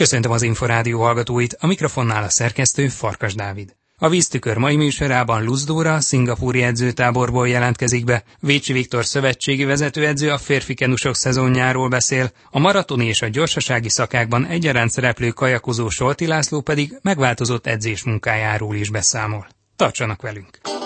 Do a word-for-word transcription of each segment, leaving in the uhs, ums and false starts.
Köszöntöm az Inforádió hallgatóit, a mikrofonnál a szerkesztő Farkas Dávid. A Víztükör mai műsorában Luz Dóra szingapúri edzőtáborból jelentkezik be, Vécsi Viktor szövetségi vezetőedző a férfi kenusok szezonjáról beszél, a maratoni és a gyorsasági szakákban egyaránt szereplő kajakozó Solti László pedig megváltozott edzés munkájáról is beszámol. Tartsanak velünk!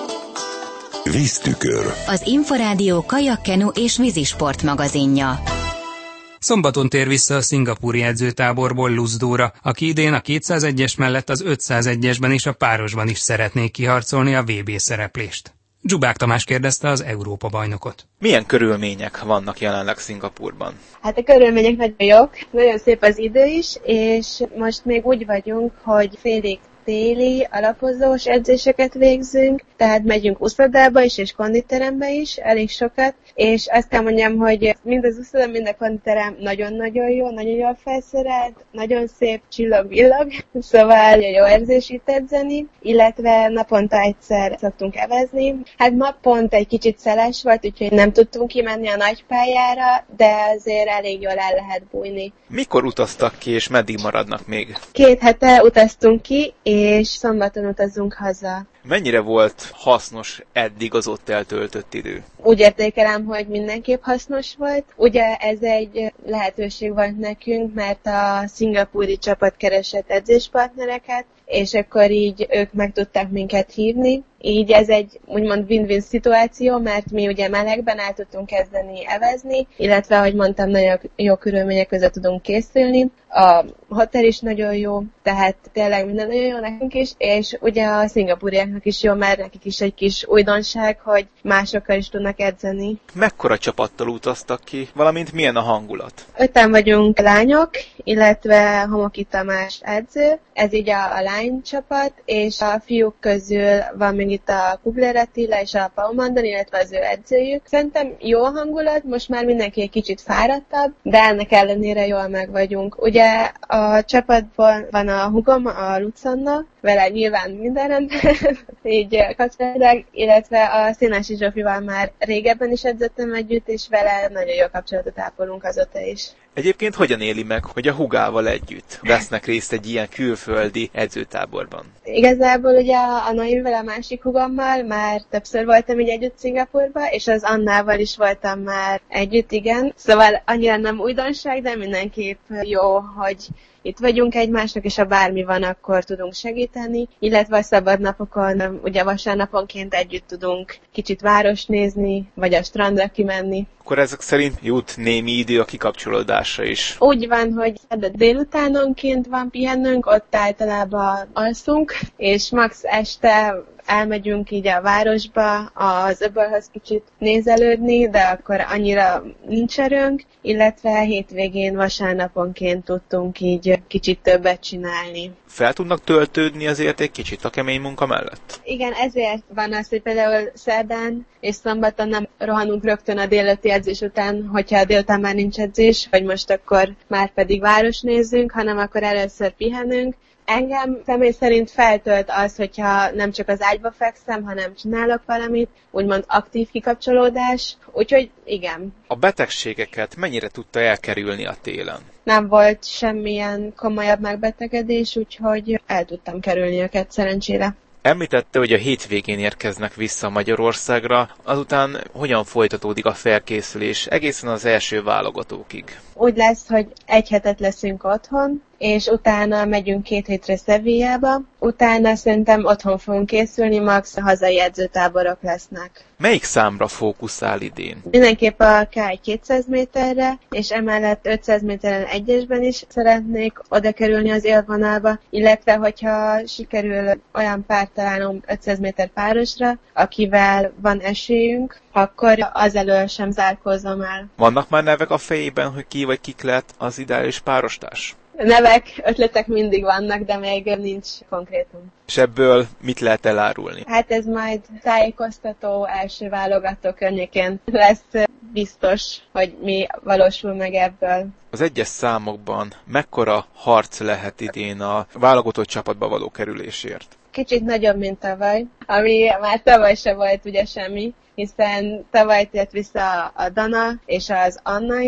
Víztükör. Az Inforádió kajak, kenu és vízisport magazinja. Szombaton tér vissza a szingapúri edzőtáborból Luz Dóra, aki idén a kétszázegyes mellett az ötszázegyesben és a párosban is szeretné kiharcolni a vé bé szereplést. Dzsubák Tamás kérdezte az Európa-bajnokot. Milyen körülmények vannak jelenleg Szingapúrban? Hát a körülmények nagyon jók, nagyon szép az idő is, és most még úgy vagyunk, hogy félig téli, alapozós edzéseket végzünk, tehát megyünk uszodába is, és konditerembe is, elég sokat, és azt kell mondjam, hogy mind az uszoda, mind a konditerem nagyon-nagyon jó, nagyon jól felszerelt, nagyon szép, csillag-villag, szóval jó érzés itt edzeni, illetve naponta egyszer szoktunk evezni. Hát ma pont egy kicsit szeles volt, úgyhogy nem tudtunk kimenni a nagypályára, de azért elég jól el lehet bújni. Mikor utaztak ki, és meddig maradnak még? Két hete utaztunk ki, és szombaton utazunk haza. Mennyire volt hasznos eddig az ott eltöltött idő? Úgy értékelem, hogy mindenképp hasznos volt. Ugye ez egy lehetőség volt nekünk, mert a szingapúri csapat keresett edzéspartnereket, és akkor így ők meg tudták minket hívni. Így ez egy úgymond win-win szituáció, mert mi ugye melegben el tudtunk kezdeni evezni, illetve, ahogy mondtam, nagyon jó körülmények között tudunk készülni. A hotel is nagyon jó, tehát tényleg minden nagyon jó nekünk is, és ugye a szingapúriaknak is jó, mert nekik is egy kis újdonság, hogy másokkal is tudnak edzeni. Mekkora csapattal utaztak ki, valamint milyen a hangulat? Öten vagyunk lányok, illetve Homoki Tamás edző, ez így a, a lány csapat, és a fiúk közül van még itt a Kugler Attila és a Paumandon, illetve az ő edzőjük. Szerintem jó a hangulat, most már mindenki egy kicsit fáradtabb, de ennek ellenére jól meg vagyunk. Ugye a csapatban van a hugom, a Lucanna, vele nyilván minden rendben, így kapcsolatilag, illetve a Szénási Zsófival már régebben is edzettem együtt, és vele nagyon jó kapcsolatot ápolunk azóta is. Egyébként hogyan éli meg, hogy a hugával együtt vesznek részt egy ilyen külföldi edzőtáborban? Igazából ugye a Noémivel, a másik hugommal már többször voltam így együtt Szingapúrba, és az Annával is voltam már együtt, igen. Szóval annyira nem újdonság, de mindenképp jó, hogy itt vagyunk egymásnak, és ha bármi van, akkor tudunk segíteni, illetve a szabad napokon, ugye vasárnaponként együtt tudunk kicsit várost nézni, vagy a strandra kimenni. Akkor ezek szerint jut némi idő a kikapcsolódásra is. Úgy van, hogy délutánonként van pihennünk, ott általában alszunk, és max este elmegyünk így a városba, az öbölhöz kicsit nézelődni, de akkor annyira nincs erőnk, illetve hétvégén vasárnaponként tudtunk így kicsit többet csinálni. Fel tudnak töltődni azért egy kicsit a kemény munka mellett? Igen, ezért van az, hogy például szerdán és szombaton nem rohanunk rögtön a délelőtti edzés után, hogyha a délután már nincs edzés, hogy most akkor már pedig város nézzünk, hanem akkor először pihenünk. Engem személy szerint feltölt az, hogyha nem csak az ágyba fekszem, hanem csinálok valamit, úgymond aktív kikapcsolódás, úgyhogy igen. A betegségeket mennyire tudta elkerülni a télen? Nem volt semmilyen komolyabb megbetegedés, úgyhogy el tudtam kerülni őket szerencsére. Említette, hogy a hétvégén érkeznek vissza Magyarországra, azután hogyan folytatódik a felkészülés egészen az első válogatókig? Úgy lesz, hogy egy hetet leszünk otthon, és utána megyünk két hétre Sevillába, utána szerintem otthon fogunk készülni, max. A hazai edzőtáborok lesznek. Melyik számra fókuszál idén? Mindenképp a K kétszáz méterre, és emellett ötszáz méteren egyesben is szeretnék oda kerülni az élvonalba, illetve hogyha sikerül olyan párt találnom ötszáz méter párosra, akivel van esélyünk, akkor az elől sem zárkózom el. Vannak már nevek a fejében, hogy ki vagy kik lehet az ideális párostárs? Nevek, ötletek mindig vannak, de még nincs konkrétum. És ebből mit lehet elárulni? Hát ez majd tájékoztató első válogató környékén lesz biztos, hogy mi valósul meg ebből. Az egyes számokban mekkora harc lehet idén a válogatott csapatba való kerülésért? Kicsit nagyobb, mint tavaly, ami már tavaly se volt ugye semmi, hiszen tavaly tért vissza a Dana és az Anna is,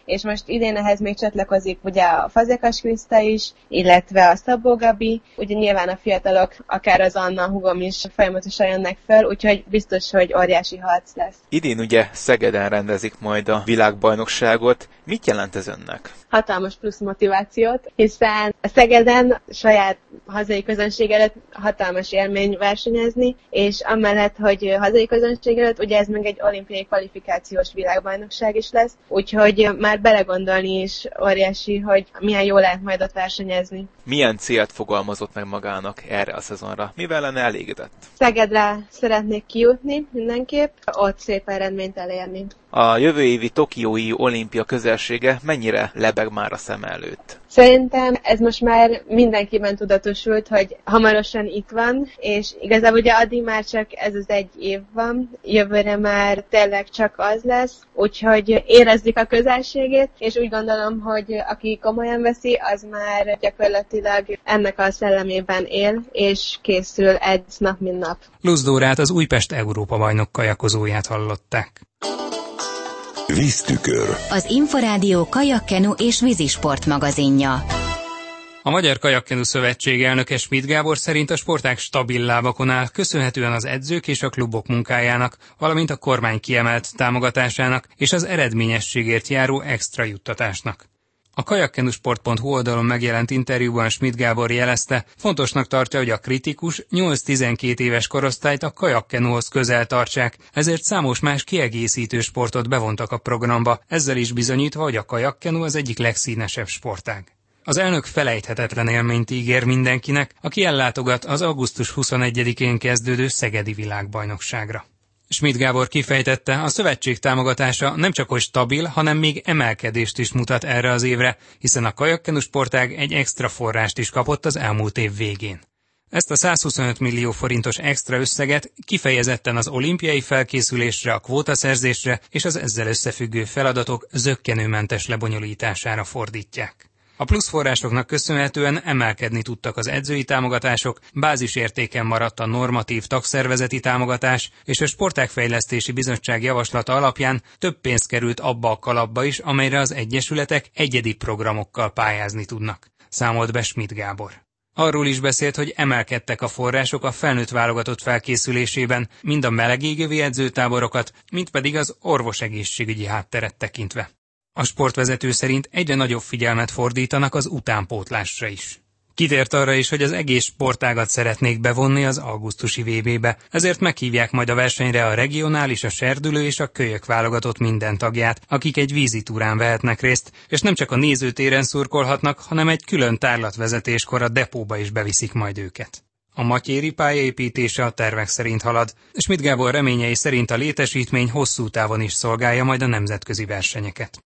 és most idén ehhez még csatlakozik ugye a Fazekas Kriszta is, illetve a Szabó Gabi, ugye nyilván a fiatalok, akár az Anna húgom is folyamatosan jönnek föl, úgyhogy biztos, hogy óriási harc lesz. Idén ugye Szegeden rendezik majd a világbajnokságot. Mit jelent ez önnek? Hatalmas plusz motivációt, hiszen a Szegeden saját hazai közönség előtt hatalmas élmény versenyezni, és amellett, hogy hazai közönség előtt, ugye ez meg egy olimpiai kvalifikációs világbajnokság is lesz, úgyhogy már belegondolni is óriási, hogy milyen jól lehet majd ott versenyezni. Milyen célt fogalmazott meg magának erre a szezonra? Mivel lenne elégedett? Szegedre szeretnék kijutni mindenképp, ott szép eredményt elérni. A jövő évi tokiói olimpia közelsége mennyire lebeg már a szem előtt? Szerintem ez most már mindenkiben tudatosult, hogy hamarosan itt van, és igazából ugye addig már csak ez az egy év van, jövőre már tényleg csak az lesz, úgyhogy érezzük a közelségét, és úgy gondolom, hogy aki komolyan veszi, az már gyakorlatilag ennek a szellemében él, és készül egy nap, mint nap. Luz Dórát, az Újpest Európa-bajnok kajakozóját hallották. Víztükör. Az Inforádió kajakkenu és vízisport magazinja. A Magyar Kajakkenu Szövetség elnöke Schmidt Gábor szerint a sportág stabil lábakon áll, köszönhetően az edzők és a klubok munkájának, valamint a kormány kiemelt támogatásának és az eredményességért járó extra juttatásnak. A kajakkenusport pont hu oldalon megjelent interjúban Schmidt Gábor jelezte, fontosnak tartja, hogy a kritikus nyolc-tizenkét éves korosztályt a kajakkenuhoz közel tartsák, ezért számos más kiegészítő sportot bevontak a programba, ezzel is bizonyítva, hogy a kajakkenu az egyik legszínesebb sportág. Az elnök felejthetetlen élményt ígér mindenkinek, aki ellátogat az augusztus huszonegyedikén kezdődő szegedi világbajnokságra. Schmidt Gábor kifejtette, a szövetség támogatása nem csak hogy stabil, hanem még emelkedést is mutat erre az évre, hiszen a kajakkenu sportág egy extra forrást is kapott az elmúlt év végén. Ezt a százhuszonöt millió forintos extra összeget kifejezetten az olimpiai felkészülésre, a kvótaszerzésre és az ezzel összefüggő feladatok zökkenőmentes lebonyolítására fordítják. A plusz forrásoknak köszönhetően emelkedni tudtak az edzői támogatások, bázisértéken maradt a normatív tagszervezeti támogatás, és a Sportágfejlesztési Bizottság javaslata alapján több pénz került abba a kalapba is, amelyre az egyesületek egyedi programokkal pályázni tudnak, számolt be Schmidt Gábor. Arról is beszélt, hogy emelkedtek a források a felnőtt válogatott felkészülésében, mind a melegégövi edzőtáborokat, mind pedig az orvosegészségügyi hátteret tekintve. A sportvezető szerint egyre nagyobb figyelmet fordítanak az utánpótlásra is. Kitért arra is, hogy az egész sportágat szeretnék bevonni az augusztusi vé bébe, ezért meghívják majd a versenyre a regionális, a serdülő és a kölyök válogatott minden tagját, akik egy vízitúrán vehetnek részt, és nem csak a nézőtéren szurkolhatnak, hanem egy külön tárlatvezetéskor a depóba is beviszik majd őket. A matyéri pályaépítése a tervek szerint halad, Schmidt Gábor reményei szerint a létesítmény hosszú távon is szolgálja majd a nemzetközi versenyeket.